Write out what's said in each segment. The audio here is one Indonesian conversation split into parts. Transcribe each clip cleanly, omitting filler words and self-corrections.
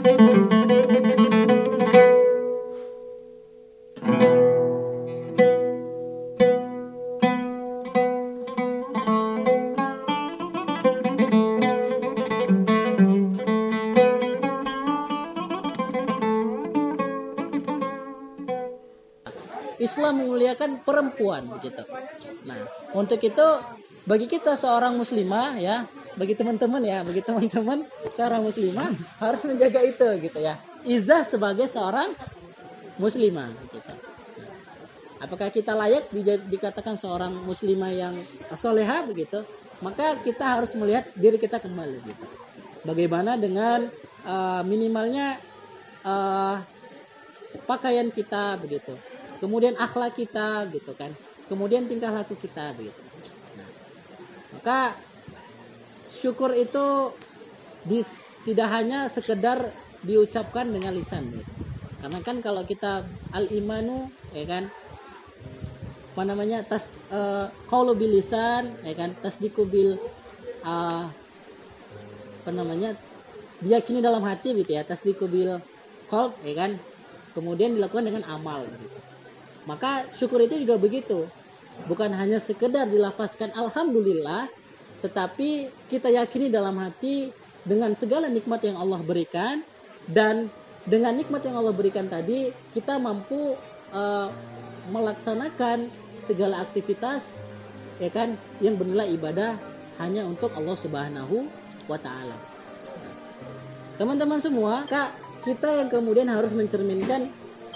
Islam memuliakan perempuan gitu. Nah, untuk itu bagi kita seorang muslimah ya, bagi teman-teman seorang muslimah harus menjaga itu gitu ya. Izzah sebagai seorang muslimah gitu. Apakah kita layak dikatakan seorang muslimah yang solehah begitu? Maka kita harus melihat diri kita kembali gitu. Bagaimana dengan minimalnya pakaian kita begitu. Kemudian akhlak kita gitu kan. Kemudian tingkah laku kita begitu. Nah, maka syukur itu tidak hanya sekedar diucapkan dengan lisan gitu. Karena kan kalau kita al-imanu ya kan qaulu bil lisan ya kan, tasdiqu bil diyakini dalam hati gitu ya, tasdiqu bil qalb ya kan, kemudian dilakukan dengan amal gitu. Maka syukur itu juga begitu, bukan hanya sekedar dilafazkan alhamdulillah, tetapi kita yakini dalam hati dengan segala nikmat yang Allah berikan, dan dengan nikmat yang Allah berikan tadi kita mampu melaksanakan segala aktivitas ya kan yang bernilai ibadah hanya untuk Allah Subhanahu wa taala. Teman-teman semua, kita yang kemudian harus mencerminkan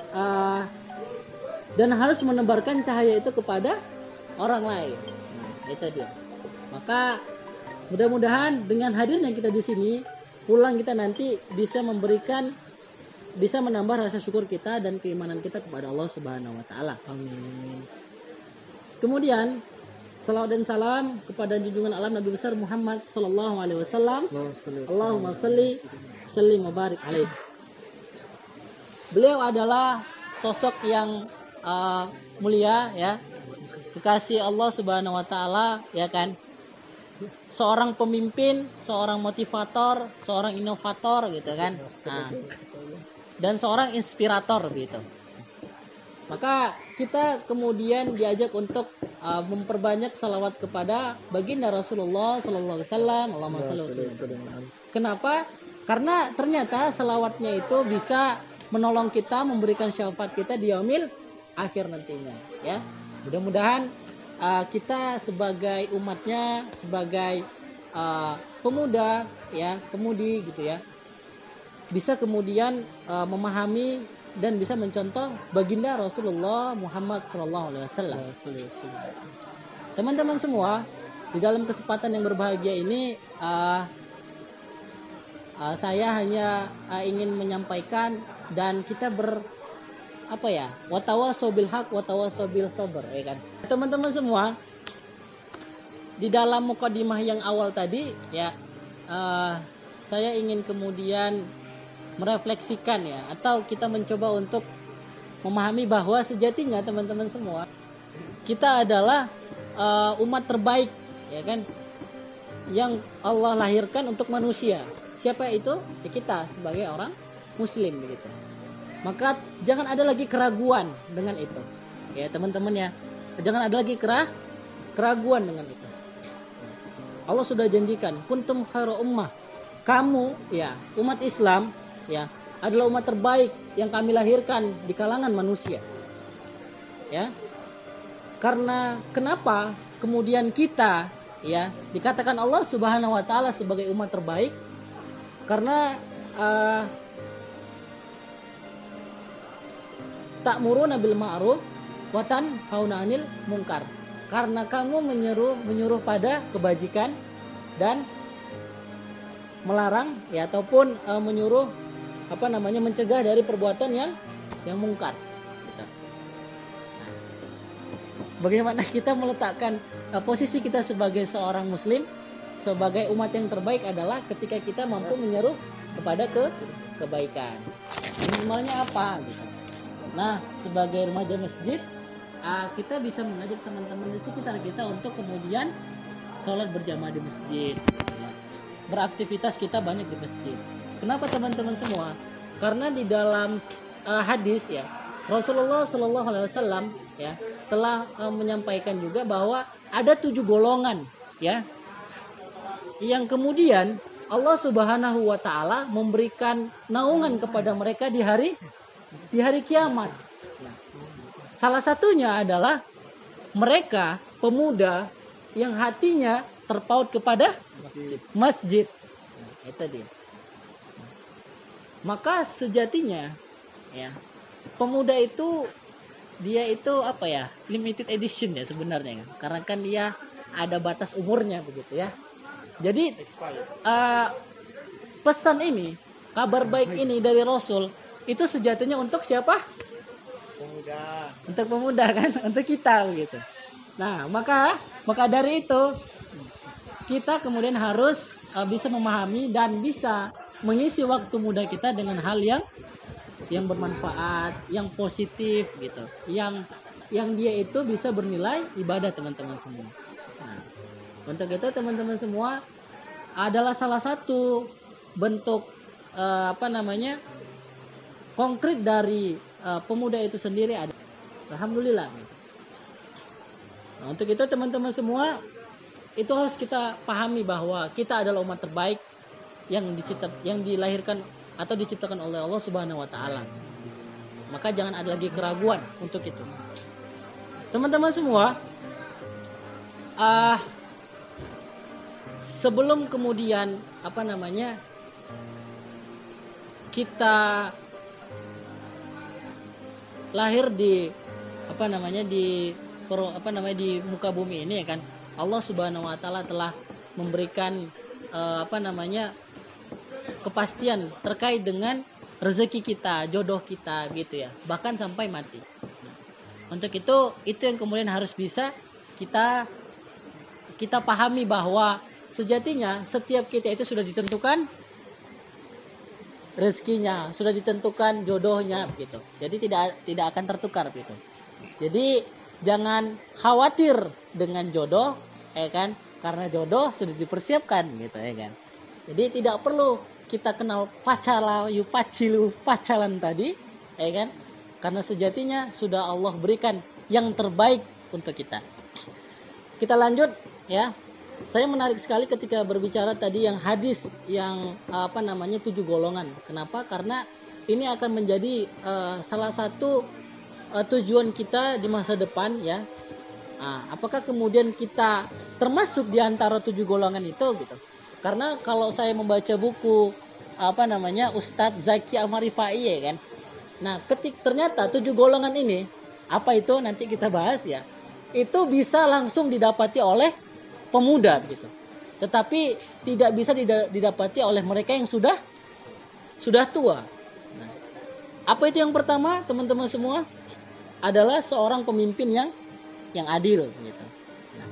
dan harus menebarkan cahaya itu kepada orang lain. Nah, itu dia. Maka mudah-mudahan dengan hadirnya kita di sini, pulang kita nanti bisa menambah rasa syukur kita dan keimanan kita kepada Allah Subhanahu wa taala. Amin. Kemudian salawat dan salam kepada junjungan alam Nabi besar Muhammad sallallahu alaihi wasallam. Allahumma shalli sallim wa barik alaihi. Beliau adalah sosok yang mulia ya, kekasih Allah Subhanahu wa taala ya kan. Seorang pemimpin, seorang motivator, seorang inovator gitu kan. Nah, dan seorang inspirator gitu. Maka kita kemudian diajak untuk memperbanyak salawat kepada baginda Rasulullah sallallahu alaihi wasallam. Allahumma shalli wa sallim. Kenapa? Karena ternyata salawatnya itu bisa menolong kita, memberikan syafaat kita di yaumil akhir nantinya ya. Mudah-mudahan kita sebagai umatnya, sebagai pemuda ya, pemudi gitu ya, bisa kemudian memahami dan bisa mencontoh baginda Rasulullah Muhammad SAW. Teman-teman semua, di dalam kesempatan yang berbahagia ini saya hanya ingin menyampaikan dan kita watawasau bil haq watawasau bil sabr ya kan. Teman-teman semua, di dalam mukadimah yang awal tadi ya, saya ingin kemudian merefleksikan ya, atau kita mencoba untuk memahami bahwa sejatinya teman-teman semua, kita adalah umat terbaik ya kan, yang Allah lahirkan untuk manusia. Siapa itu? Ya kita sebagai orang muslim begitu. Maka jangan ada lagi keraguan dengan itu ya teman-teman ya, jangan ada lagi keraguan dengan itu. Allah sudah janjikan, kuntum khairu ummah, kamu ya umat Islam ya adalah umat terbaik yang kami lahirkan di kalangan manusia ya. Karena kenapa kemudian kita ya dikatakan Allah Subhanahu wa taala sebagai umat terbaik? Karena ta'muruna bil ma'ruf wa tanhauna 'anil munkar. Karena kamu menyuruh pada kebajikan dan melarang ya, ataupun menyuruh mencegah dari perbuatan yang mungkar gitu. Nah, bagaimana kita meletakkan posisi kita sebagai seorang muslim, sebagai umat yang terbaik adalah ketika kita mampu menyeru kepada kebaikan. Minimalnya apa gitu. Nah, sebagai remaja masjid, kita bisa mengajak teman-teman di sekitar kita untuk kemudian sholat berjamaah di masjid. Beraktivitas kita banyak di masjid. Kenapa teman-teman semua? Karena di dalam hadis ya, Rasulullah Shallallahu Alaihi Wasallam ya telah menyampaikan juga bahwa ada 7 golongan ya, yang kemudian Allah Subhanahu Wa Taala memberikan naungan kepada mereka di hari kiamat. Salah satunya adalah mereka pemuda yang hatinya terpaut kepada masjid. Nah, itu dia. Maka sejatinya ya, pemuda itu dia itu apa ya, limited edition ya sebenarnya, karena kan dia ada batas umurnya begitu ya. Jadi pesan ini, kabar baik ini dari Rasul itu sejatinya untuk siapa? Pemuda. Untuk pemuda kan, untuk kita begitu. Nah, maka dari itu kita kemudian harus bisa memahami dan bisa mengisi waktu muda kita dengan hal yang bermanfaat, yang positif gitu, yang dia itu bisa bernilai ibadah teman-teman semua. Nah, untuk itu teman-teman semua adalah salah satu bentuk konkret dari pemuda itu sendiri ada. Alhamdulillah. Nah, untuk itu teman-teman semua itu harus kita pahami bahwa kita adalah umat terbaik yang dilahirkan atau diciptakan oleh Allah Subhanahu Wa Taala. Maka jangan ada lagi keraguan untuk itu. Teman-teman semua, sebelum kemudian kita lahir di di muka bumi ini ya kan, Allah Subhanahu Wa Taala telah memberikan kepastian terkait dengan rezeki kita, jodoh kita gitu ya, bahkan sampai mati. Untuk itu yang kemudian harus bisa kita pahami bahwa sejatinya setiap kita itu sudah ditentukan rezekinya, sudah ditentukan jodohnya gitu. Jadi tidak akan tertukar gitu. Jadi jangan khawatir dengan jodoh ya kan, karena jodoh sudah dipersiapkan gitu ya kan. Jadi tidak perlu kita kenal pacalan tadi ya kan, karena sejatinya sudah Allah berikan yang terbaik untuk kita. Kita lanjut ya. Saya menarik sekali ketika berbicara tadi yang hadis yang 7 golongan. Kenapa? Karena ini akan menjadi salah satu tujuan kita di masa depan ya. Apakah kemudian kita termasuk di antara 7 golongan itu gitu? Karena kalau saya membaca buku Ustadz Zaki Al-Marifai ya kan. Nah, ternyata 7 golongan ini apa itu nanti kita bahas ya. Itu bisa langsung didapati oleh pemuda gitu. Tetapi tidak bisa didapati oleh mereka yang sudah tua. Nah, apa itu yang pertama, teman-teman semua? Adalah seorang pemimpin yang adil gitu. Nah,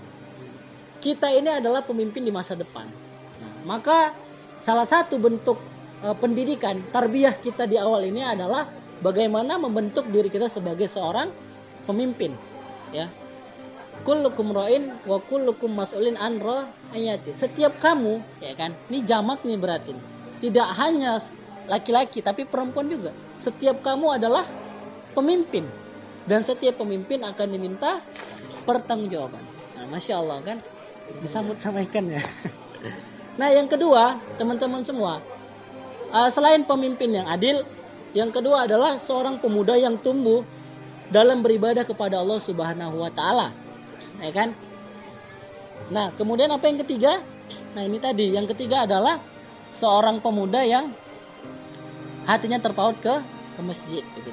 kita ini adalah pemimpin di masa depan. Nah, maka salah satu bentuk pendidikan tarbiyah kita di awal ini adalah bagaimana membentuk diri kita sebagai seorang pemimpin ya. Kullukum ra'in wa kullukum mas'ulin an ra'iyati. Setiap kamu ya kan, ini jamak nih berarti. Tidak hanya laki-laki tapi perempuan juga. Setiap kamu adalah pemimpin dan setiap pemimpin akan diminta pertanggungjawaban. Nah, Masya Allah kan, disambut sama ikannya. Nah, yang kedua, teman-teman semua, selain pemimpin yang adil, yang kedua adalah seorang pemuda yang tumbuh dalam beribadah kepada Allah Subhanahu Wa Taala. Ya kan? Nah, kemudian apa yang ketiga? Nah, ini tadi yang ketiga adalah seorang pemuda yang hatinya terpaut ke masjid gitu.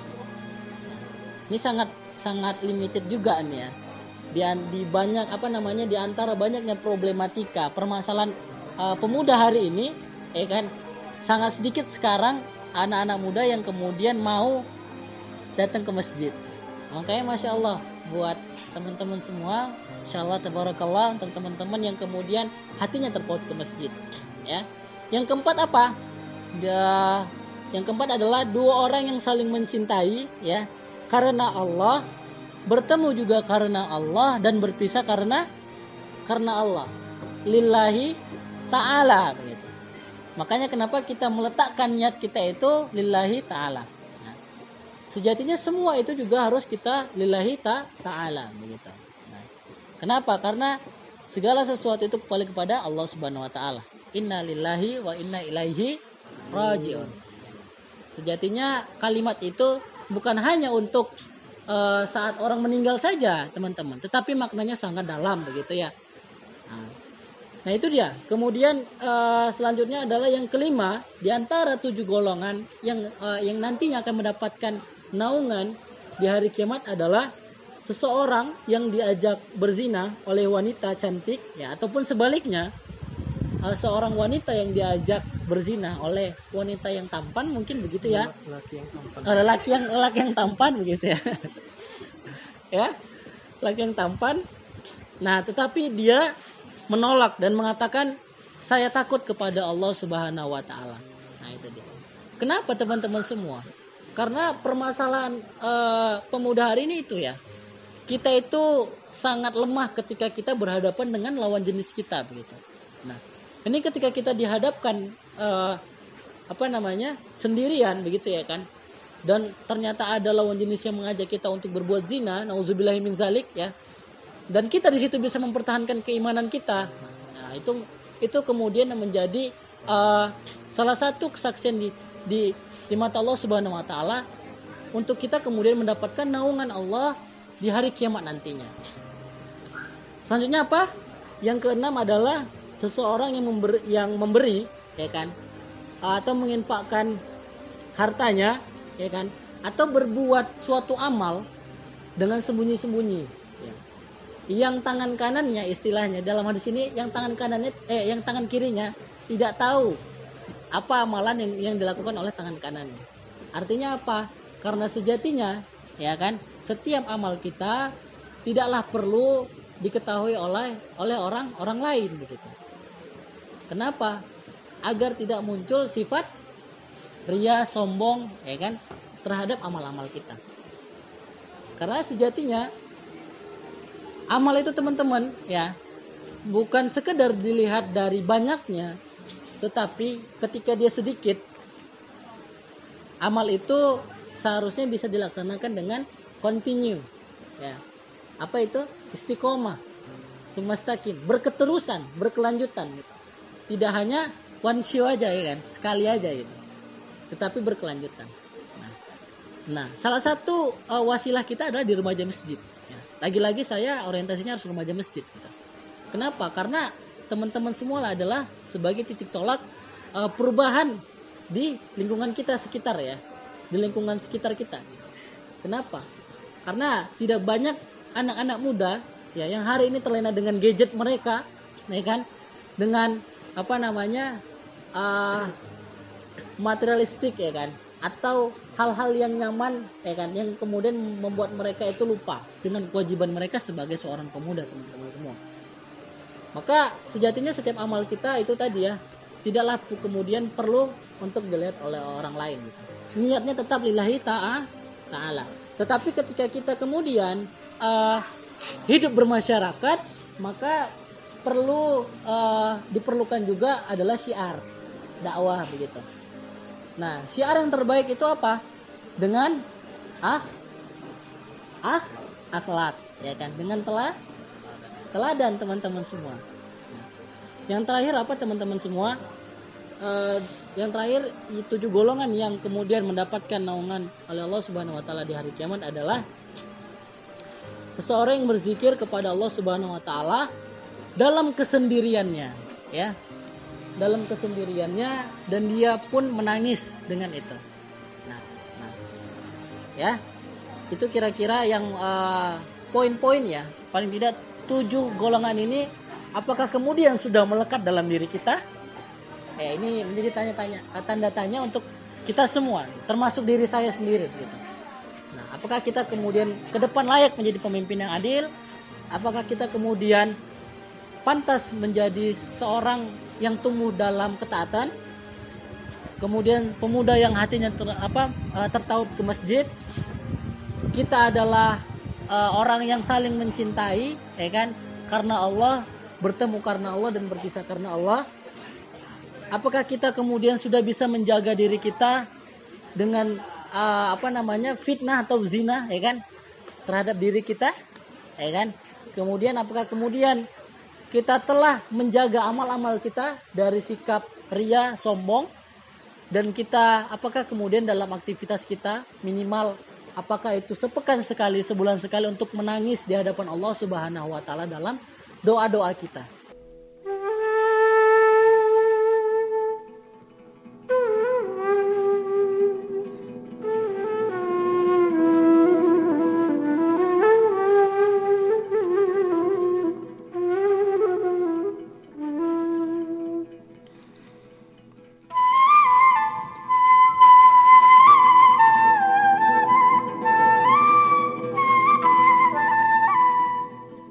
Ini sangat limited juga nih ya. Di banyak di antara banyaknya problematika, permasalahan pemuda hari ini, ya kan? Sangat sedikit sekarang anak-anak muda yang kemudian mau datang ke masjid. Makanya Masya Allah buat teman-teman semua, insyaallah tabarakallah, untuk teman-teman yang kemudian hatinya terpaut ke masjid ya. Yang keempat apa? Yang keempat adalah 2 orang yang saling mencintai ya, karena Allah, bertemu juga karena Allah, dan berpisah karena Allah, lillahi ta'ala begitu. Makanya kenapa kita meletakkan niat kita itu lillahi ta'ala. Nah, sejatinya semua itu juga harus kita lillahi ta'ala begitu. Nah, kenapa? Karena segala sesuatu itu kembali kepada Allah Subhanahu wa taala. Inna lillahi wa inna ilaihi raji'un. Sejatinya kalimat itu bukan hanya untuk saat orang meninggal saja, teman-teman, tetapi maknanya sangat dalam begitu ya. Nah itu dia. Kemudian selanjutnya adalah yang kelima di antara 7 golongan yang nantinya akan mendapatkan naungan di hari kiamat adalah seseorang yang diajak berzina oleh wanita cantik ya, ataupun sebaliknya seorang wanita yang diajak berzina oleh wanita yang tampan, mungkin begitu ya. Lelaki yang tampan begitu ya. Ya, laki yang tampan. Nah, tetapi dia menolak dan mengatakan saya takut kepada Allah Subhanahu wa taala. Nah, itu dia. Kenapa teman-teman semua? Karena permasalahan pemuda hari ini itu ya. Kita itu sangat lemah ketika kita berhadapan dengan lawan jenis kita begitu. Nah, ini ketika kita dihadapkan sendirian begitu ya kan. Dan ternyata ada lawan jenis yang mengajak kita untuk berbuat zina, nauzubillahi min zalik ya. Dan kita di situ bisa mempertahankan keimanan kita. Nah, itu kemudian menjadi salah satu kesaksian di mata Allah Subhanahu wa taala untuk kita kemudian mendapatkan naungan Allah di hari kiamat nantinya. Selanjutnya apa? Yang keenam adalah seseorang yang memberi ya kan, atau menginfakkan hartanya ya kan, atau berbuat suatu amal dengan sembunyi-sembunyi. Yang tangan kanannya istilahnya dalam hadis ini yang tangan kirinya tidak tahu apa amalan yang dilakukan oleh tangan kanannya. Artinya apa? Karena sejatinya ya kan setiap amal kita tidaklah perlu diketahui oleh orang lain begitu. Kenapa? Agar tidak muncul sifat ria, sombong ya kan terhadap amal-amal kita. Karena sejatinya amal itu teman-teman ya bukan sekedar dilihat dari banyaknya, tetapi ketika dia sedikit, amal itu seharusnya bisa dilaksanakan dengan continue ya. Apa itu? Istiqomah, mustaqim, berketerusan, berkelanjutan gitu. Tidak hanya one show aja ya kan, sekali aja gitu, tetapi berkelanjutan. Nah salah satu wasilah kita adalah di remaja masjid. Lagi-lagi saya orientasinya harus remaja masjid gitu. Kenapa? Karena teman-teman semua adalah sebagai titik tolak perubahan di lingkungan kita sekitar ya, di lingkungan sekitar kita. Kenapa? Karena tidak banyak anak-anak muda ya yang hari ini terlena dengan gadget mereka, ya kan, dengan materialistik ya kan, atau hal-hal yang nyaman ya kan, yang kemudian membuat mereka itu lupa dengan kewajiban mereka sebagai seorang pemuda, teman-teman semua. Maka sejatinya setiap amal kita itu tadi ya tidaklah kemudian perlu untuk dilihat oleh orang lain gitu. Niatnya tetap lillahi ta'ala. Tetapi ketika kita kemudian hidup bermasyarakat, maka diperlukan juga adalah syiar dakwah begitu. Nah, syiar yang terbaik itu apa? Dengan akhlak, ya kan? Dengan teladan teman-teman semua. Yang terakhir apa teman-teman semua? Yang terakhir 7 golongan yang kemudian mendapatkan naungan oleh Allah Subhanahu wa taala di hari kiamat adalah seseorang yang berzikir kepada Allah Subhanahu wa taala dalam kesendiriannya, ya. Dalam kesendiriannya, dan dia pun menangis dengan itu. Nah, ya, itu kira-kira yang poin-poin ya, paling tidak 7 golongan ini, apakah kemudian sudah melekat dalam diri kita? Ya, ini menjadi tanda tanya untuk kita semua, termasuk diri saya sendiri. Gitu. Nah, apakah kita kemudian ke depan layak menjadi pemimpin yang adil? Apakah kita kemudian pantas menjadi seorang yang tumbuh dalam ketaatan, kemudian pemuda yang hatinya tertaut ke masjid, kita adalah orang yang saling mencintai, ya kan, karena Allah, bertemu karena Allah dan berpisah karena Allah. Apakah kita kemudian sudah bisa menjaga diri kita dengan fitnah atau zina, ya kan, terhadap diri kita, ya kan? Kemudian apakah kemudian kita telah menjaga amal-amal kita dari sikap ria, sombong, dan kita apakah kemudian dalam aktivitas kita minimal apakah itu sepekan sekali, sebulan sekali untuk menangis di hadapan Allah Subhanahu wa taala dalam doa-doa kita.